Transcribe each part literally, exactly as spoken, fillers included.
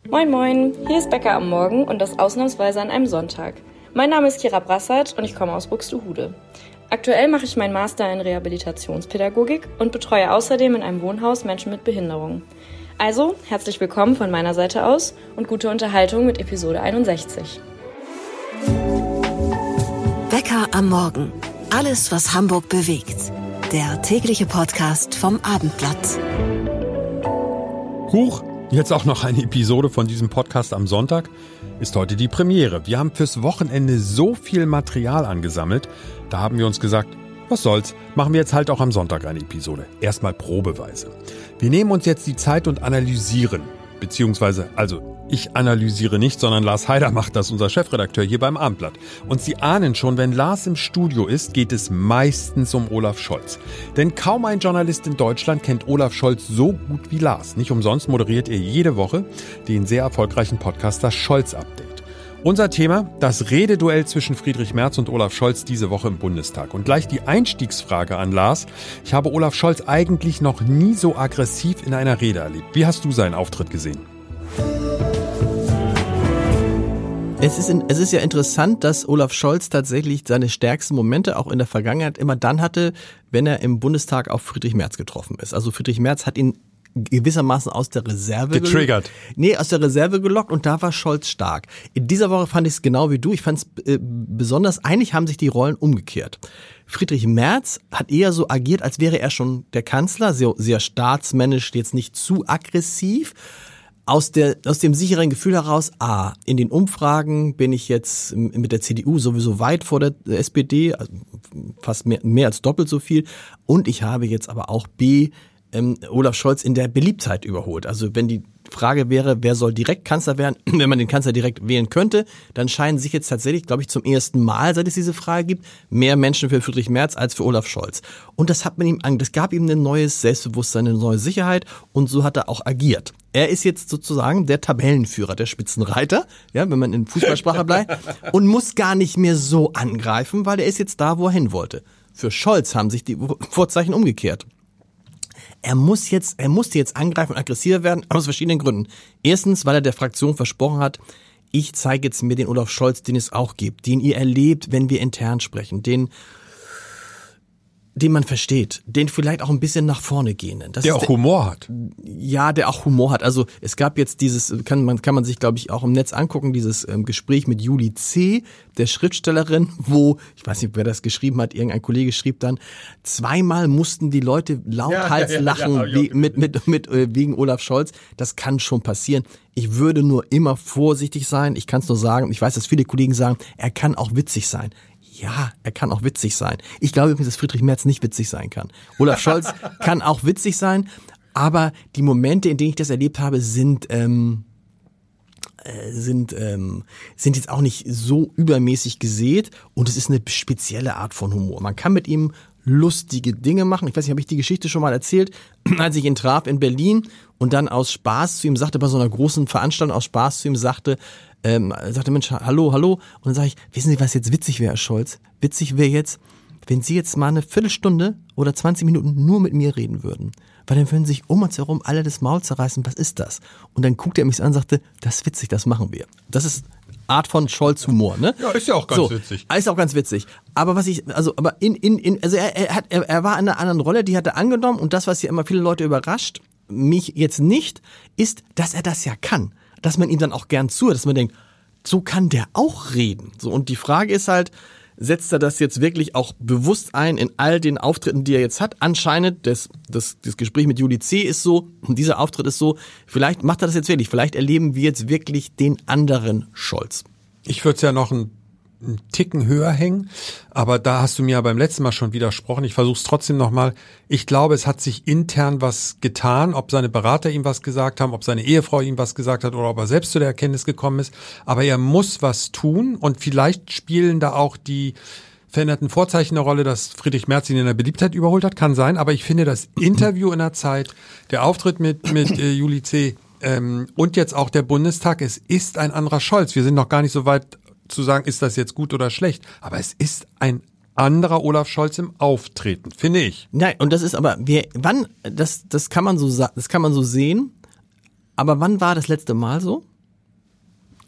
Moin moin, hier ist Bäcker am Morgen und das ausnahmsweise an einem Sonntag. Mein Name ist Kira Brassard und ich komme aus Buxtehude. Aktuell mache ich meinen Master in Rehabilitationspädagogik und betreue außerdem in einem Wohnhaus Menschen mit Behinderung. Also, herzlich willkommen von meiner Seite aus und gute Unterhaltung mit Episode einundsechzig. Bäcker am Morgen. Alles, was Hamburg bewegt. Der tägliche Podcast vom Abendblatt. Huch, jetzt auch noch eine Episode von diesem Podcast am Sonntag. Ist heute die Premiere. Wir haben fürs Wochenende so viel Material angesammelt, da haben wir uns gesagt, was soll's, machen wir jetzt halt auch am Sonntag eine Episode. Erstmal probeweise. Wir nehmen uns jetzt die Zeit und analysieren. Beziehungsweise, also ich analysiere nicht, sondern Lars Heider macht das, unser Chefredakteur hier beim Abendblatt. Und Sie ahnen schon, wenn Lars im Studio ist, geht es meistens um Olaf Scholz. Denn kaum ein Journalist in Deutschland kennt Olaf Scholz so gut wie Lars. Nicht umsonst moderiert er jede Woche den sehr erfolgreichen Podcast Das Scholz-Update. Unser Thema, das Rededuell zwischen Friedrich Merz und Olaf Scholz diese Woche im Bundestag. Und gleich die Einstiegsfrage an Lars. Ich habe Olaf Scholz eigentlich noch nie so aggressiv in einer Rede erlebt. Wie hast du seinen Auftritt gesehen? Es ist, in, es ist ja interessant, dass Olaf Scholz tatsächlich seine stärksten Momente auch in der Vergangenheit immer dann hatte, wenn er im Bundestag auf Friedrich Merz getroffen ist. Also Friedrich Merz hat ihn gewissermaßen aus der Reserve getriggert. Gelockt. Nee, aus der Reserve gelockt und da war Scholz stark. In dieser Woche fand ich es genau wie du. Ich fand es äh, besonders, eigentlich haben sich die Rollen umgekehrt. Friedrich Merz hat eher so agiert, als wäre er schon der Kanzler, sehr, sehr staatsmännisch, jetzt nicht zu aggressiv. Aus der, aus dem sicheren Gefühl heraus, A, in den Umfragen bin ich jetzt mit der C D U sowieso weit vor der S P D, also fast mehr, mehr als doppelt so viel. Und ich habe jetzt aber auch B, ähm, Olaf Scholz in der Beliebtheit überholt. Also wenn die Frage wäre, wer soll direkt Kanzler werden, wenn man den Kanzler direkt wählen könnte, dann scheinen sich jetzt tatsächlich, glaube ich, zum ersten Mal, seit es diese Frage gibt, mehr Menschen für Friedrich Merz als für Olaf Scholz. Und das hat man ihm, das gab ihm ein neues Selbstbewusstsein, eine neue Sicherheit und so hat er auch agiert. Er ist jetzt sozusagen der Tabellenführer, der Spitzenreiter, ja, wenn man in Fußballsprache bleibt, und muss gar nicht mehr so angreifen, weil er ist jetzt da, wo er hin wollte. Für Scholz haben sich die Vorzeichen umgekehrt. Er muss jetzt, er musste jetzt angreifen und aggressiver werden, aus verschiedenen Gründen. Erstens, weil er der Fraktion versprochen hat, ich zeige jetzt mir den Olaf Scholz, den es auch gibt, den ihr erlebt, wenn wir intern sprechen, den, den man versteht, den vielleicht auch ein bisschen nach vorne gehen. Das der auch der, Humor hat. Ja, der auch Humor hat. Also es gab jetzt dieses, kann man kann man sich, glaube ich, auch im Netz angucken, dieses ähm, Gespräch mit Julie C., der Schriftstellerin, wo, ich weiß nicht, wer das geschrieben hat, irgendein Kollege schrieb dann, zweimal mussten die Leute lauthals ja, ja, ja, lachen ja, ja, wie, mit, mit, mit, äh, wegen Olaf Scholz. Das kann schon passieren. Ich würde nur immer vorsichtig sein. Ich kann es nur sagen, ich weiß, dass viele Kollegen sagen, er kann auch witzig sein. Ja, er kann auch witzig sein. Ich glaube übrigens, dass Friedrich Merz nicht witzig sein kann. Olaf Scholz kann auch witzig sein, aber die Momente, in denen ich das erlebt habe, sind ähm, äh, sind ähm, sind jetzt auch nicht so übermäßig gesät und es ist eine spezielle Art von Humor. Man kann mit ihm lustige Dinge machen. Ich weiß nicht, habe ich die Geschichte schon mal erzählt, als ich ihn traf in Berlin und dann aus Spaß zu ihm sagte, bei so einer großen Veranstaltung aus Spaß zu ihm sagte, ähm, sagte Mensch, hallo, hallo. Und dann sage ich, wissen Sie, was jetzt witzig wäre, Herr Scholz? Witzig wäre jetzt, wenn Sie jetzt mal eine Viertelstunde oder zwanzig Minuten nur mit mir reden würden. Weil dann würden sich um uns herum alle das Maul zerreißen, was ist das? Und dann guckte er mich an und sagte, das ist witzig, das machen wir. Das ist Art von Scholz-Humor, ne? Ja, ist ja auch ganz so, witzig. Ist auch ganz witzig. Aber was ich, also, aber in, in, in, also er, er hat, er, er war in einer anderen Rolle, die hat er angenommen und das, was hier immer viele Leute überrascht, mich jetzt nicht, ist, dass er das ja kann. Dass man ihm dann auch gern zuhört, dass man denkt, so kann der auch reden. So, und die Frage ist halt, setzt er das jetzt wirklich auch bewusst ein in all den Auftritten, die er jetzt hat? Anscheinend, das, das, das Gespräch mit Julie C. ist so, und dieser Auftritt ist so, vielleicht macht er das jetzt wirklich, vielleicht erleben wir jetzt wirklich den anderen Scholz. Ich würde es ja noch ein einen Ticken höher hängen, aber da hast du mir ja beim letzten Mal schon widersprochen. Ich versuche es trotzdem nochmal. Ich glaube, es hat sich intern was getan, ob seine Berater ihm was gesagt haben, ob seine Ehefrau ihm was gesagt hat oder ob er selbst zu der Erkenntnis gekommen ist. Aber er muss was tun und vielleicht spielen da auch die veränderten Vorzeichen eine Rolle, dass Friedrich Merz ihn in der Beliebtheit überholt hat. Kann sein, aber ich finde das Interview in der Zeit, der Auftritt mit, mit äh, Julie C. Ähm, und jetzt auch der Bundestag, es ist ein anderer Scholz. Wir sind noch gar nicht so weit zu sagen, ist das jetzt gut oder schlecht. Aber es ist ein anderer Olaf Scholz im Auftreten, finde ich. Nein, und das ist aber, wir, wann, das, das kann man so, das kann man so sehen. Aber wann war das letzte Mal so?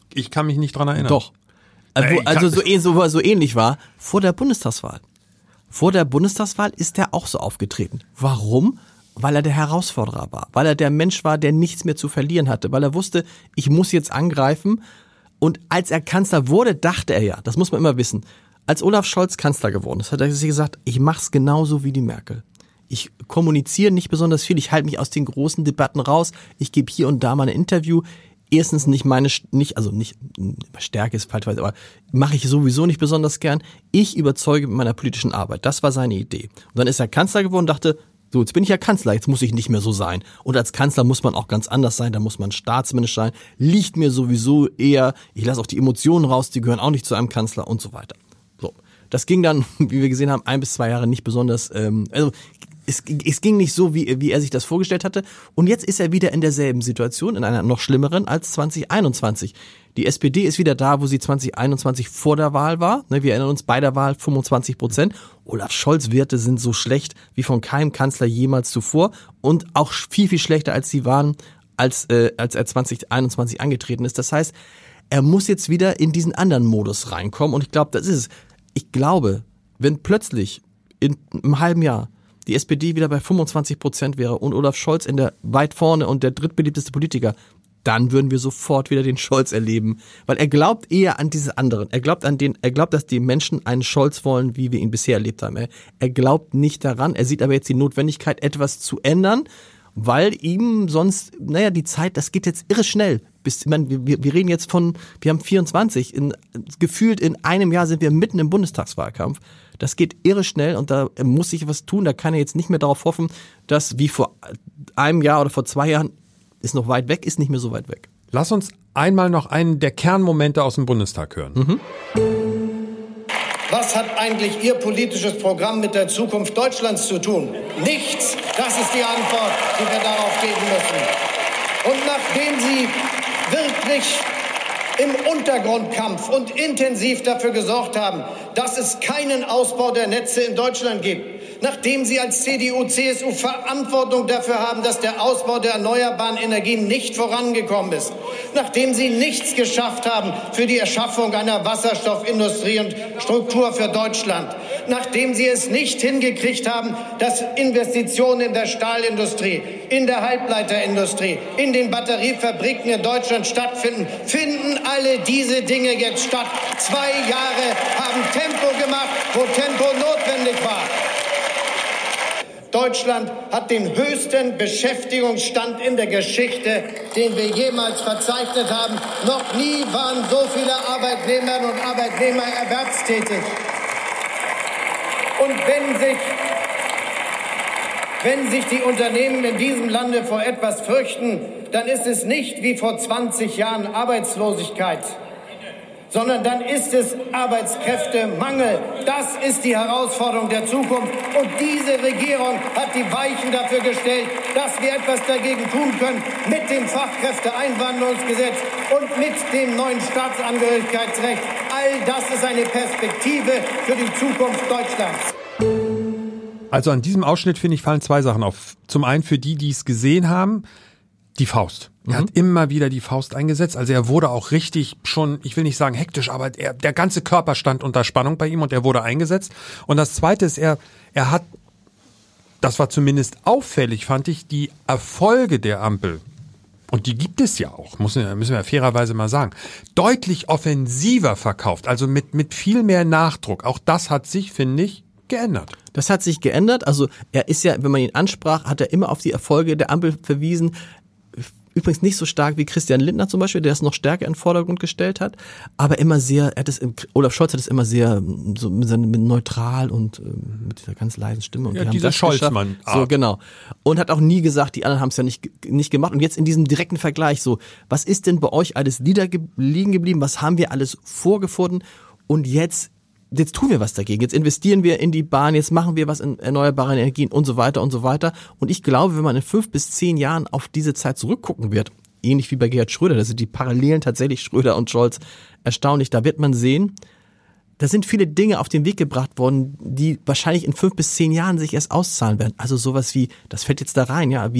ich kann mich nicht dran erinnern. Doch. Also, Ey, also so, so, so ähnlich war vor der Bundestagswahl. Vor der Bundestagswahl ist er auch so aufgetreten. Warum? Weil er der Herausforderer war. Weil er der Mensch war, der nichts mehr zu verlieren hatte. Weil er wusste, ich muss jetzt angreifen. Und als er Kanzler wurde, dachte er ja, das muss man immer wissen, als Olaf Scholz Kanzler geworden ist, hat er sich gesagt, ich mach's genauso wie die Merkel. Ich kommuniziere nicht besonders viel, ich halte mich aus den großen Debatten raus, ich gebe hier und da mal ein Interview. Erstens nicht meine, nicht, also nicht, Stärke ist falsch, aber mache ich sowieso nicht besonders gern. Ich überzeuge mit meiner politischen Arbeit. Das war seine Idee. Und dann ist er Kanzler geworden und dachte, so, jetzt bin ich ja Kanzler, jetzt muss ich nicht mehr so sein. Und als Kanzler muss man auch ganz anders sein, da muss man staatsmännisch sein. Liegt mir sowieso eher, ich lasse auch die Emotionen raus, die gehören auch nicht zu einem Kanzler und so weiter. So, das ging dann, wie wir gesehen haben, ein bis zwei Jahre nicht besonders, ähm, also es, es ging nicht so, wie, wie er sich das vorgestellt hatte. Und jetzt ist er wieder in derselben Situation, in einer noch schlimmeren als zwanzig einundzwanzig. Die S P D ist wieder da, wo sie zwanzig einundzwanzig vor der Wahl war. Wir erinnern uns, bei der Wahl fünfundzwanzig Prozent. Olaf Scholz' Werte sind so schlecht wie von keinem Kanzler jemals zuvor und auch viel, viel schlechter, als sie waren, als, äh, als er zwanzig einundzwanzig angetreten ist. Das heißt, er muss jetzt wieder in diesen anderen Modus reinkommen und ich glaube, das ist es. Ich glaube, wenn plötzlich in einem halben Jahr die S P D wieder bei fünfundzwanzig Prozent wäre und Olaf Scholz in der weit vorne und der drittbeliebteste Politiker, dann würden wir sofort wieder den Scholz erleben, weil er glaubt eher an diese anderen. Er glaubt an den, er glaubt, dass die Menschen einen Scholz wollen, wie wir ihn bisher erlebt haben. Er, er glaubt nicht daran. Er sieht aber jetzt die Notwendigkeit, etwas zu ändern, weil ihm sonst, naja, die Zeit, das geht jetzt irre schnell. Bis, ich meine, wir, wir reden jetzt von, wir haben vierundzwanzig, in, gefühlt in einem Jahr sind wir mitten im Bundestagswahlkampf. Das geht irre schnell und da muss sich was tun. Da kann er jetzt nicht mehr darauf hoffen, dass wie vor einem Jahr oder vor zwei Jahren ist noch weit weg, ist nicht mehr so weit weg. Lass uns einmal noch einen der Kernmomente aus dem Bundestag hören. Mhm. Was hat eigentlich Ihr politisches Programm mit der Zukunft Deutschlands zu tun? Nichts. Das ist die Antwort, die wir darauf geben müssen. Und nachdem Sie wirklich im Untergrundkampf und intensiv dafür gesorgt haben, dass es keinen Ausbau der Netze in Deutschland gibt, nachdem Sie als C D U, C S U Verantwortung dafür haben, dass der Ausbau der erneuerbaren Energien nicht vorangekommen ist, nachdem Sie nichts geschafft haben für die Erschaffung einer Wasserstoffindustrie und Struktur für Deutschland, nachdem Sie es nicht hingekriegt haben, dass Investitionen in der Stahlindustrie, in der Halbleiterindustrie, in den Batteriefabriken in Deutschland stattfinden, finden alle diese Dinge jetzt statt. Zwei Jahre haben Tempo gemacht, wo Tempo notwendig war. Deutschland hat den höchsten Beschäftigungsstand in der Geschichte, den wir jemals verzeichnet haben. Noch nie waren so viele Arbeitnehmerinnen und Arbeitnehmer erwerbstätig. Und wenn sich, wenn sich die Unternehmen in diesem Lande vor etwas fürchten, dann ist es nicht wie vor zwanzig Jahren Arbeitslosigkeit, sondern dann ist es Arbeitskräftemangel. Das ist die Herausforderung der Zukunft. Und diese Regierung hat die Weichen dafür gestellt, dass wir etwas dagegen tun können mit dem Fachkräfteeinwanderungsgesetz und mit dem neuen Staatsangehörigkeitsrecht. All das ist eine Perspektive für die Zukunft Deutschlands. Also an diesem Ausschnitt, finde ich, fallen zwei Sachen auf. Zum einen für die, die es gesehen haben, die Faust. Er hat immer wieder die Faust eingesetzt. Also er wurde auch richtig schon, ich will nicht sagen hektisch, aber er, der ganze Körper stand unter Spannung bei ihm und er wurde eingesetzt. Und das Zweite ist, er, er hat, das war zumindest auffällig, fand ich, die Erfolge der Ampel, und die gibt es ja auch, müssen wir, müssen wir fairerweise mal sagen, deutlich offensiver verkauft, also mit, mit viel mehr Nachdruck. Auch das hat sich, finde ich, geändert. Das hat sich geändert. Also er ist ja, wenn man ihn ansprach, hat er immer auf die Erfolge der Ampel verwiesen. Übrigens nicht so stark wie Christian Lindner zum Beispiel, der es noch stärker in den Vordergrund gestellt hat, aber immer sehr, er hat es, Olaf Scholz hat es immer sehr so mit, seinem, mit neutral und äh, mit dieser ganz leisen Stimme. Und ja, die dieser Scholzmann. So, genau. Und hat auch nie gesagt, die anderen haben es ja nicht, nicht gemacht. Und jetzt in diesem direkten Vergleich so, was ist denn bei euch alles liegen geblieben? Was haben wir alles vorgefunden? Und jetzt Jetzt tun wir was dagegen, jetzt investieren wir in die Bahn, jetzt machen wir was in erneuerbare Energien und so weiter und so weiter. Und ich glaube, wenn man in fünf bis zehn Jahren auf diese Zeit zurückgucken wird, ähnlich wie bei Gerhard Schröder, da sind die Parallelen tatsächlich Schröder und Scholz erstaunlich, da wird man sehen, da sind viele Dinge auf den Weg gebracht worden, die wahrscheinlich in fünf bis zehn Jahren sich erst auszahlen werden. Also sowas wie, das fällt jetzt da rein, ja, wie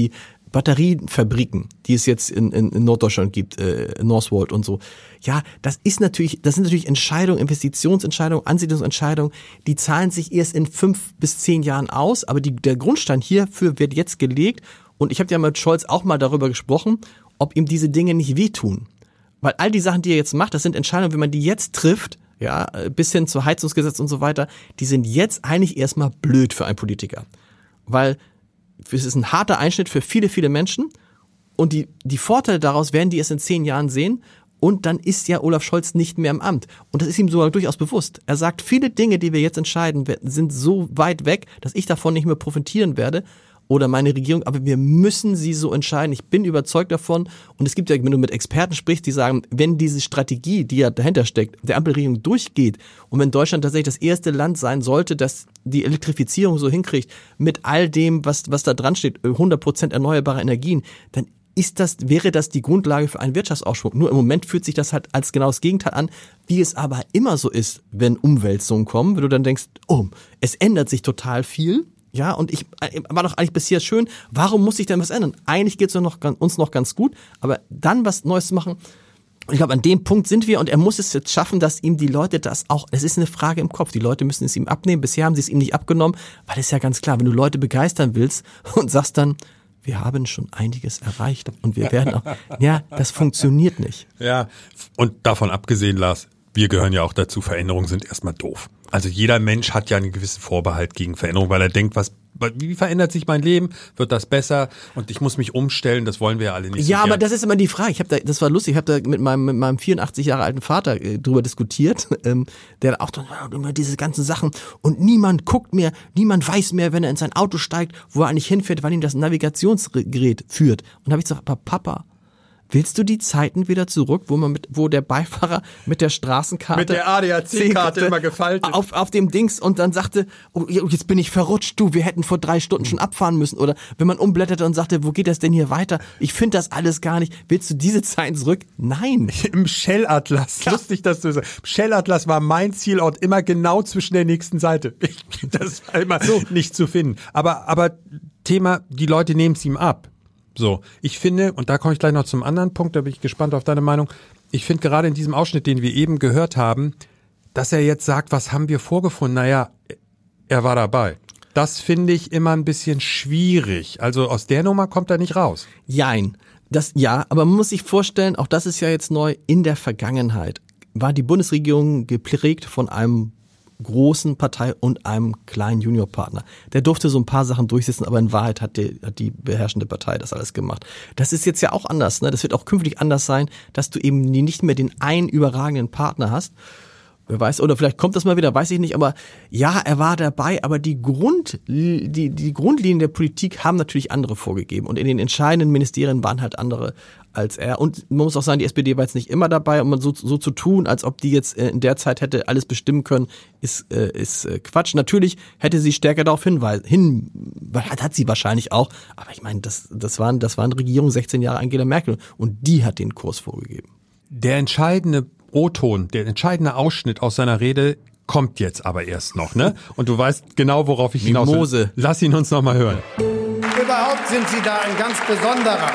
Batteriefabriken, die es jetzt in, in, in Norddeutschland gibt, äh, Northvolt und so. Ja, das ist natürlich, das sind natürlich Entscheidungen, Investitionsentscheidungen, Ansiedlungsentscheidungen, die zahlen sich erst in fünf bis zehn Jahren aus, aber die, der Grundstein hierfür wird jetzt gelegt. Und ich habe ja mit Scholz auch mal darüber gesprochen, ob ihm diese Dinge nicht wehtun. Weil all die Sachen, die er jetzt macht, das sind Entscheidungen, wenn man die jetzt trifft, ja, bis hin zu Heizungsgesetz und so weiter, die sind jetzt eigentlich erstmal blöd für einen Politiker. Weil es ist ein harter Einschnitt für viele, viele Menschen und die, die Vorteile daraus werden die erst in zehn Jahren sehen und dann ist ja Olaf Scholz nicht mehr im Amt. Und das ist ihm sogar durchaus bewusst. Er sagt, viele Dinge, die wir jetzt entscheiden, sind so weit weg, dass ich davon nicht mehr profitieren werde oder meine Regierung, aber wir müssen sie so entscheiden. Ich bin überzeugt davon und es gibt ja, wenn du mit Experten sprichst, die sagen, wenn diese Strategie, die ja dahinter steckt, der Ampelregierung durchgeht und wenn Deutschland tatsächlich das erste Land sein sollte, das die Elektrifizierung so hinkriegt, mit all dem, was, was da dran steht, hundert Prozent erneuerbare Energien, dann ist das, wäre das die Grundlage für einen Wirtschaftsaufschwung. Nur im Moment fühlt sich das halt als genau das Gegenteil an, wie es aber immer so ist, wenn Umwälzungen kommen, wenn du dann denkst, oh, es ändert sich total viel. Ja, und ich war doch eigentlich bisher schön, warum muss sich denn was ändern? Eigentlich geht es uns noch, uns noch ganz gut, aber dann was Neues zu machen, ich glaube, an dem Punkt sind wir und er muss es jetzt schaffen, dass ihm die Leute das auch, es ist eine Frage im Kopf, die Leute müssen es ihm abnehmen, bisher haben sie es ihm nicht abgenommen, weil es ja ganz klar, wenn du Leute begeistern willst und sagst dann, wir haben schon einiges erreicht und wir werden auch, ja, das funktioniert nicht. Ja, und davon abgesehen, Lars, wir gehören ja auch dazu, Veränderungen sind erstmal doof. Also jeder Mensch hat ja einen gewissen Vorbehalt gegen Veränderung, weil er denkt, was, wie verändert sich mein Leben? Wird das besser? Und ich muss mich umstellen, das wollen wir ja alle nicht. Ja, so aber gern. Das ist immer die Frage. Ich habe da, das war lustig, ich habe da mit meinem, mit meinem vierundachtzig Jahre alten Vater äh, drüber diskutiert, ähm, der auch dann immer diese ganzen Sachen und niemand guckt mehr, niemand weiß mehr, wenn er in sein Auto steigt, wo er eigentlich hinfährt, weil ihn das Navigationsgerät führt. Und da habe ich gesagt, aber Papa, willst du die Zeiten wieder zurück, wo man mit, wo der Beifahrer mit der Straßenkarte, mit der A D A C-Karte immer gefaltet auf auf dem Dings und dann sagte, oh, jetzt bin ich verrutscht, du, wir hätten vor drei Stunden schon abfahren müssen, oder wenn man umblätterte und sagte, wo geht das denn hier weiter? Ich finde das alles gar nicht. Willst du diese Zeiten zurück? Nein. Im Shell-Atlas, ja. Lustig, dass du sagst. Shell-Atlas war mein Zielort immer genau zwischen der nächsten Seite. Das war immer so nicht zu finden. Aber aber Thema, die Leute nehmen es ihm ab. So, ich finde, und da komme ich gleich noch zum anderen Punkt, da bin ich gespannt auf deine Meinung, ich finde gerade in diesem Ausschnitt, den wir eben gehört haben, dass er jetzt sagt, was haben wir vorgefunden? Naja, er war dabei. Das finde ich immer ein bisschen schwierig. Also aus der Nummer kommt er nicht raus. Jein. Das, ja, aber man muss sich vorstellen, auch das ist ja jetzt neu, in der Vergangenheit war die Bundesregierung geprägt von einem großen Partei und einem kleinen Juniorpartner. Der durfte so ein paar Sachen durchsetzen, aber in Wahrheit hat die, hat die beherrschende Partei das alles gemacht. Das ist jetzt ja auch anders, ne? Das wird auch künftig anders sein, dass du eben nicht mehr den einen überragenden Partner hast. Wer weiß, oder vielleicht kommt das mal wieder, weiß ich nicht, aber ja, er war dabei, aber die Grund, die, die Grundlinien der Politik haben natürlich andere vorgegeben und in den entscheidenden Ministerien waren halt andere als er. Und man muss auch sagen, die S P D war jetzt nicht immer dabei, um so, so zu tun, als ob die jetzt in der Zeit hätte alles bestimmen können, ist, äh, ist äh, Quatsch. Natürlich hätte sie stärker darauf hinweisen, hin, hat, hat sie wahrscheinlich auch, aber ich meine, das, das waren, das waren Regierung sechzehn Jahre Angela Merkel und die hat den Kurs vorgegeben. Der entscheidende O-Ton, der entscheidende Ausschnitt aus seiner Rede kommt jetzt aber erst noch, ne? Und du weißt genau, worauf ich hinaus will. Mimose. Lass ihn uns noch mal hören. Überhaupt sind Sie da ein ganz besonderer.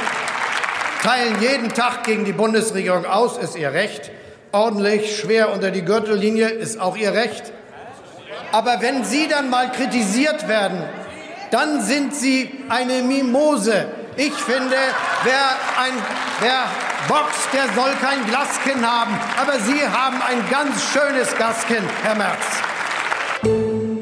Teilen jeden Tag gegen die Bundesregierung aus, ist Ihr Recht. Ordentlich, schwer unter die Gürtellinie, ist auch Ihr Recht. Aber wenn Sie dann mal kritisiert werden, dann sind Sie eine Mimose. Ich finde, wer ein, wer boxt, der soll kein Glaskin haben. Aber Sie haben ein ganz schönes Glaskin, Herr Merz.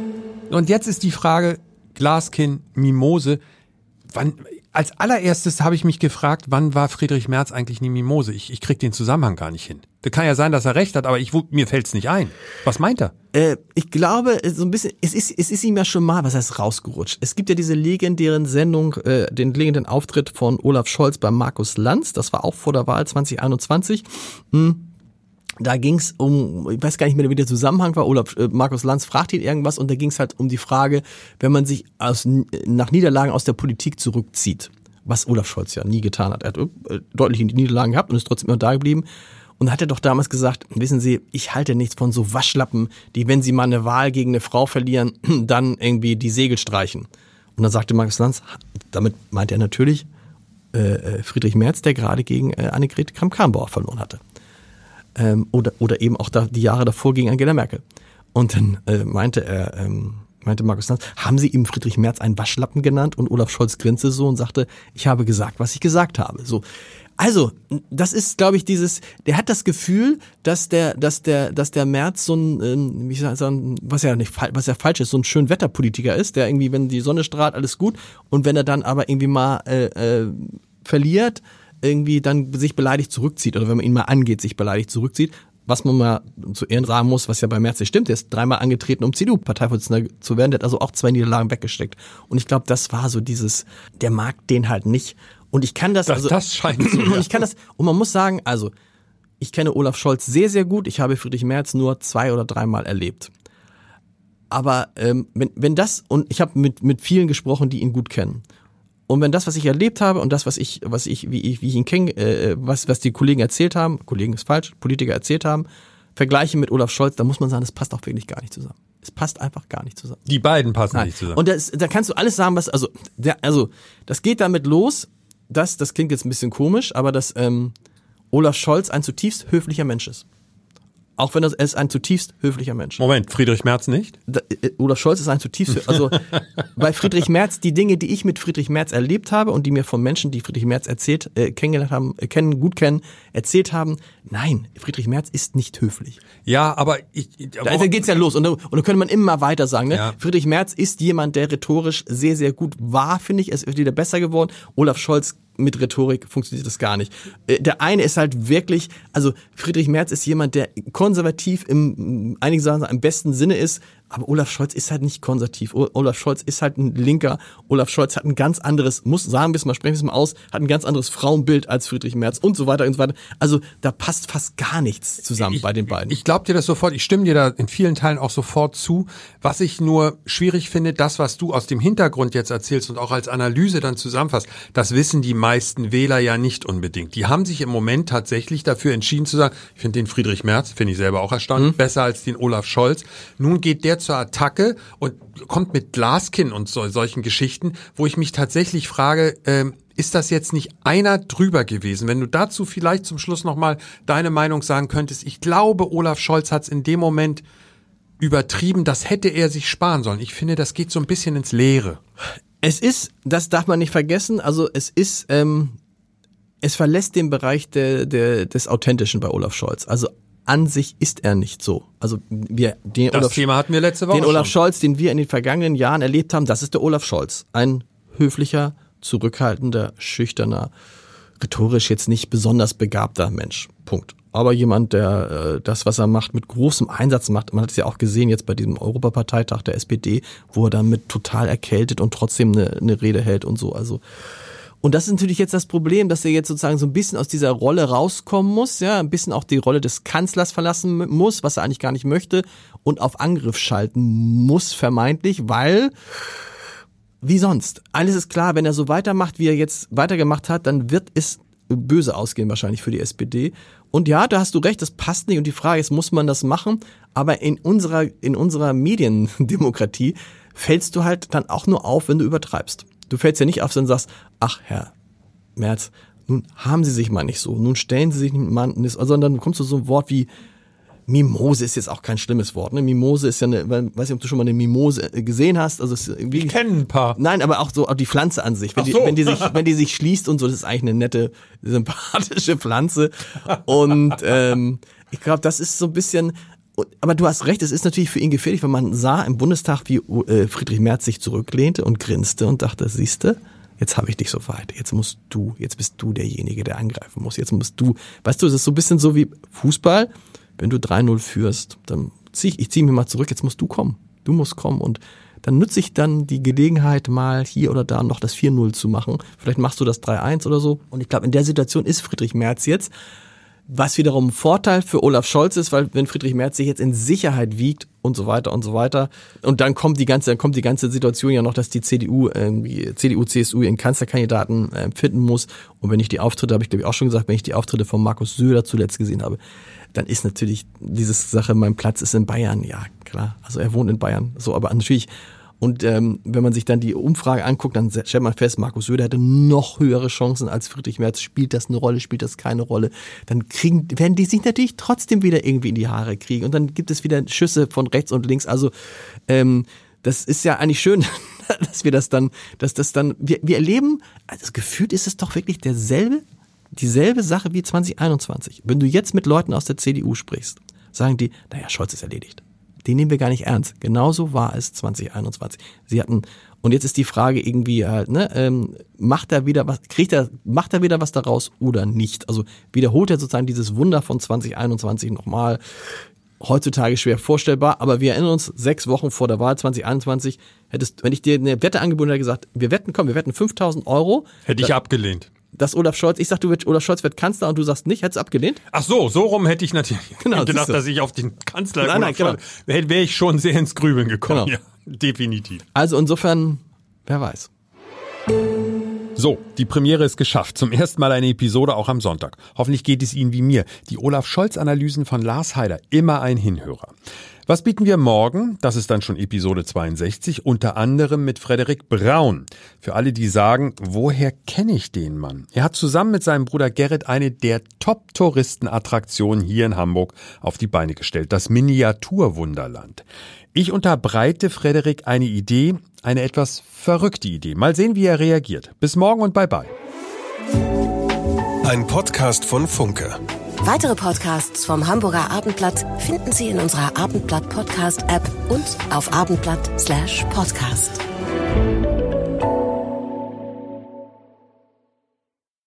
Und jetzt ist die Frage, Glaskin, Mimose. Wann, als allererstes habe ich mich gefragt, wann war Friedrich Merz eigentlich eine Mimose? Ich, ich kriege den Zusammenhang gar nicht hin. Das kann ja sein, dass er recht hat, aber ich, mir fällt es nicht ein. Was meint er? Äh, ich glaube, so ein bisschen, es ist, es ist ihm ja schon mal, was heißt rausgerutscht. Es gibt ja diese legendären Sendung, äh, den legendären Auftritt von Olaf Scholz bei Markus Lanz. Das war auch vor der Wahl zwanzig einundzwanzig. Hm. Da ging's um, ich weiß gar nicht mehr, wie der Zusammenhang war. Olaf, äh, Markus Lanz fragt ihn irgendwas und da ging's halt um die Frage, wenn man sich aus, nach Niederlagen aus der Politik zurückzieht, was Olaf Scholz ja nie getan hat. Er hat äh, deutliche Niederlagen gehabt und ist trotzdem immer da geblieben. Und da hat er doch damals gesagt, wissen Sie, ich halte nichts von so Waschlappen, die, wenn sie mal eine Wahl gegen eine Frau verlieren, dann irgendwie die Segel streichen. Und dann sagte Markus Lanz, damit meint er natürlich, äh, Friedrich Merz, der gerade gegen äh, Annegret Kramp-Karrenbauer verloren hatte. Ähm, oder, oder eben auch da, die Jahre davor gegen Angela Merkel. Und dann äh, meinte er, ähm, meinte Markus Lanz, haben Sie ihm Friedrich Merz einen Waschlappen genannt? Und Olaf Scholz grinste so und sagte, ich habe gesagt, was ich gesagt habe. So. Also, das ist, glaube ich, dieses, der hat das Gefühl, dass der, dass der, dass der Merz so ein, ähm, wie soll ich sagen, was ja nicht, was ja falsch ist, so ein Schönwetterpolitiker ist, der irgendwie, wenn die Sonne strahlt, alles gut, und wenn er dann aber irgendwie mal äh, äh, verliert, irgendwie dann sich beleidigt zurückzieht oder wenn man ihn mal angeht, sich beleidigt zurückzieht, was man mal zu Ehren sagen muss, was ja bei Merz nicht stimmt, der ist dreimal angetreten, um C D U-Parteivorsitzender zu werden, der hat also auch zwei Niederlagen weggesteckt. Und ich glaube, das war so dieses, der mag den halt nicht. Und ich kann das, das also, das scheint so, und ich kann das, und man muss sagen, also, ich kenne Olaf Scholz sehr, sehr gut, ich habe Friedrich Merz nur zwei oder dreimal erlebt. Aber ähm, wenn, wenn das, und ich habe mit, mit vielen gesprochen, die ihn gut kennen. Und wenn das, was ich erlebt habe und das, was ich, was ich, wie ich, wie ich ihn kenne, äh, was, was die Kollegen erzählt haben, Kollegen ist falsch, Politiker erzählt haben, vergleiche mit Olaf Scholz, da muss man sagen, das passt auch wirklich gar nicht zusammen. Es passt einfach gar nicht zusammen. Die beiden passen Nein. nicht zusammen. Und das, da kannst du alles sagen, was, also, der, also, das geht damit los, dass, das klingt jetzt ein bisschen komisch, aber dass ähm, Olaf Scholz ein zutiefst höflicher Mensch ist. Auch wenn er ist ein zutiefst höflicher Mensch. Moment, Friedrich Merz nicht? Da, äh, Olaf Scholz ist ein zutiefst, also bei Friedrich Merz, die Dinge, die ich mit Friedrich Merz erlebt habe und die mir von Menschen, die Friedrich Merz erzählt, äh, kennengelernt haben, äh, kennen, gut kennen, erzählt haben, nein, Friedrich Merz ist nicht höflich. Ja, aber ich... Da, da geht's ja los und, und da könnte man immer weiter sagen, ne? Ja. Friedrich Merz ist jemand, der rhetorisch sehr, sehr gut war, finde ich, er ist wieder besser geworden. Olaf Scholz mit Rhetorik funktioniert das gar nicht. Der eine ist halt wirklich, also Friedrich Merz ist jemand, der konservativ im, einige sagen, im besten Sinne ist, aber Olaf Scholz ist halt nicht konservativ. Olaf Scholz ist halt ein Linker. Olaf Scholz hat ein ganz anderes, muss sagen wir es mal, sprechen wir es mal aus, hat ein ganz anderes Frauenbild als Friedrich Merz und so weiter und so weiter. Also da passt fast gar nichts zusammen ich, bei den beiden. Ich glaube dir das sofort, ich stimme dir da in vielen Teilen auch sofort zu. Was ich nur schwierig finde, das, was du aus dem Hintergrund jetzt erzählst und auch als Analyse dann zusammenfasst, das wissen die meisten Wähler ja nicht unbedingt. Die haben sich im Moment tatsächlich dafür entschieden zu sagen, ich finde den Friedrich Merz, finde ich selber auch erstaunlich, mhm. besser als den Olaf Scholz. Nun geht der zur Attacke und kommt mit Glaskin und so, solchen Geschichten, wo ich mich tatsächlich frage, ähm, ist das jetzt nicht einer drüber gewesen? Wenn du dazu vielleicht zum Schluss nochmal deine Meinung sagen könntest, ich glaube, Olaf Scholz hat es in dem Moment übertrieben, das hätte er sich sparen sollen. Ich finde, das geht so ein bisschen ins Leere. Es ist, das darf man nicht vergessen, also es ist, ähm, es verlässt den Bereich der, der, des Authentischen bei Olaf Scholz. Also an sich ist er nicht so. Also wir, den das Olaf, Thema hatten wir letzte Woche den Olaf schon. Scholz, den wir in den vergangenen Jahren erlebt haben, das ist der Olaf Scholz. Ein höflicher, zurückhaltender, schüchterner, rhetorisch jetzt nicht besonders begabter Mensch. Punkt. Aber jemand, der äh, das, was er macht, mit großem Einsatz macht. Man hat es ja auch gesehen jetzt bei diesem Europaparteitag der S P D, wo er damit total erkältet und trotzdem eine, eine Rede hält und so. Also und das ist natürlich jetzt das Problem, dass er jetzt sozusagen so ein bisschen aus dieser Rolle rauskommen muss, ja, ein bisschen auch die Rolle des Kanzlers verlassen muss, was er eigentlich gar nicht möchte, und auf Angriff schalten muss, vermeintlich, weil, wie sonst, alles ist klar, wenn er so weitermacht, wie er jetzt weitergemacht hat, dann wird es böse ausgehen wahrscheinlich für die S P D. Und ja, da hast du recht, das passt nicht und die Frage ist, muss man das machen? Aber in unserer, in unserer Mediendemokratie fällst du halt dann auch nur auf, wenn du übertreibst. Du fällst ja nicht auf, wenn du sagst, ach Herr Merz, nun haben Sie sich mal nicht so, nun stellen Sie sich mal nicht, sondern dann kommst du so ein Wort wie Mimose ist jetzt auch kein schlimmes Wort, ne? Mimose ist ja eine, weiß nicht, ob du schon mal eine Mimose gesehen hast, also es ist irgendwie, ich kenne ein paar. Nein, aber auch so auch die Pflanze an sich, wenn die, so. wenn die sich, wenn die sich schließt und so, das ist eigentlich eine nette, sympathische Pflanze und ähm, ich glaube, das ist so ein bisschen. Aber du hast recht, es ist natürlich für ihn gefährlich, weil man sah im Bundestag, wie äh, Friedrich Merz sich zurücklehnte und grinste und dachte, siehste, jetzt habe ich dich so weit, jetzt musst du, jetzt bist du derjenige, der angreifen muss, jetzt musst du, weißt du, es ist so ein bisschen so wie Fußball, wenn du drei null führst, dann zieh ich, ich zieh mich mal zurück, jetzt musst du kommen, du musst kommen und dann nutze ich dann die Gelegenheit, mal hier oder da noch das vier null zu machen, vielleicht machst du das drei eins oder so und ich glaube, in der Situation ist Friedrich Merz jetzt. Was wiederum ein Vorteil für Olaf Scholz ist, weil wenn Friedrich Merz sich jetzt in Sicherheit wiegt und so weiter und so weiter und dann kommt die ganze, dann kommt die ganze Situation ja noch, dass die C D U irgendwie, C D U, C S U ihren Kanzlerkandidaten äh, finden muss und wenn ich die Auftritte, habe ich glaube ich auch schon gesagt, wenn ich die Auftritte von Markus Söder zuletzt gesehen habe, dann ist natürlich diese Sache, mein Platz ist in Bayern, ja klar, also er wohnt in Bayern, so, aber natürlich Und ähm, wenn man sich dann die Umfrage anguckt, dann stellt man fest, Markus Söder hatte noch höhere Chancen als Friedrich Merz. Spielt das eine Rolle, spielt das keine Rolle? Dann kriegen, werden die sich natürlich trotzdem wieder irgendwie in die Haare kriegen. Und dann gibt es wieder Schüsse von rechts und links. Also ähm, das ist ja eigentlich schön, dass wir das dann, dass das dann, wir, wir erleben, also gefühlt ist es doch wirklich derselbe, dieselbe Sache wie zwanzig einundzwanzig. Wenn du jetzt mit Leuten aus der C D U sprichst, sagen die, naja, Scholz ist erledigt. Den nehmen wir gar nicht ernst. Genauso war es zwanzig einundzwanzig. Sie hatten, und jetzt ist die Frage irgendwie halt, ne, ähm, macht er wieder was, kriegt er, macht er wieder was daraus oder nicht? Also wiederholt er sozusagen dieses Wunder von zwanzig einundzwanzig nochmal. Heutzutage schwer vorstellbar, aber wir erinnern uns, sechs Wochen vor der Wahl zwanzig einundzwanzig, hättest, wenn ich dir eine Wette angeboten hätte, gesagt, wir wetten, komm, wir wetten fünftausend Euro. Hätte ich da, abgelehnt. Dass Olaf Scholz, ich sag, du wird, Olaf Scholz wird Kanzler und du sagst nicht, hättest du abgelehnt? Ach so, so rum hätte ich natürlich genau, gedacht, dass ich auf den Kanzler nein, nein, genau. wäre wär ich schon sehr ins Grübeln gekommen. Genau. Ja, definitiv. Also insofern, wer weiß. So, die Premiere ist geschafft. Zum ersten Mal eine Episode auch am Sonntag. Hoffentlich geht es Ihnen wie mir. Die Olaf-Scholz-Analysen von Lars Heider, immer ein Hinhörer. Was bieten wir morgen? Das ist dann schon Episode zweiundsechzig, unter anderem mit Frederik Braun. Für alle, die sagen, woher kenne ich den Mann? Er hat zusammen mit seinem Bruder Gerrit eine der Top-Touristenattraktionen hier in Hamburg auf die Beine gestellt, das Miniaturwunderland. Ich unterbreite Frederik eine Idee, eine etwas verrückte Idee. Mal sehen, wie er reagiert. Bis morgen und bye bye. Ein Podcast von Funke. Weitere Podcasts vom Hamburger Abendblatt finden Sie in unserer Abendblatt Podcast App und auf abendblatt Slash Podcast.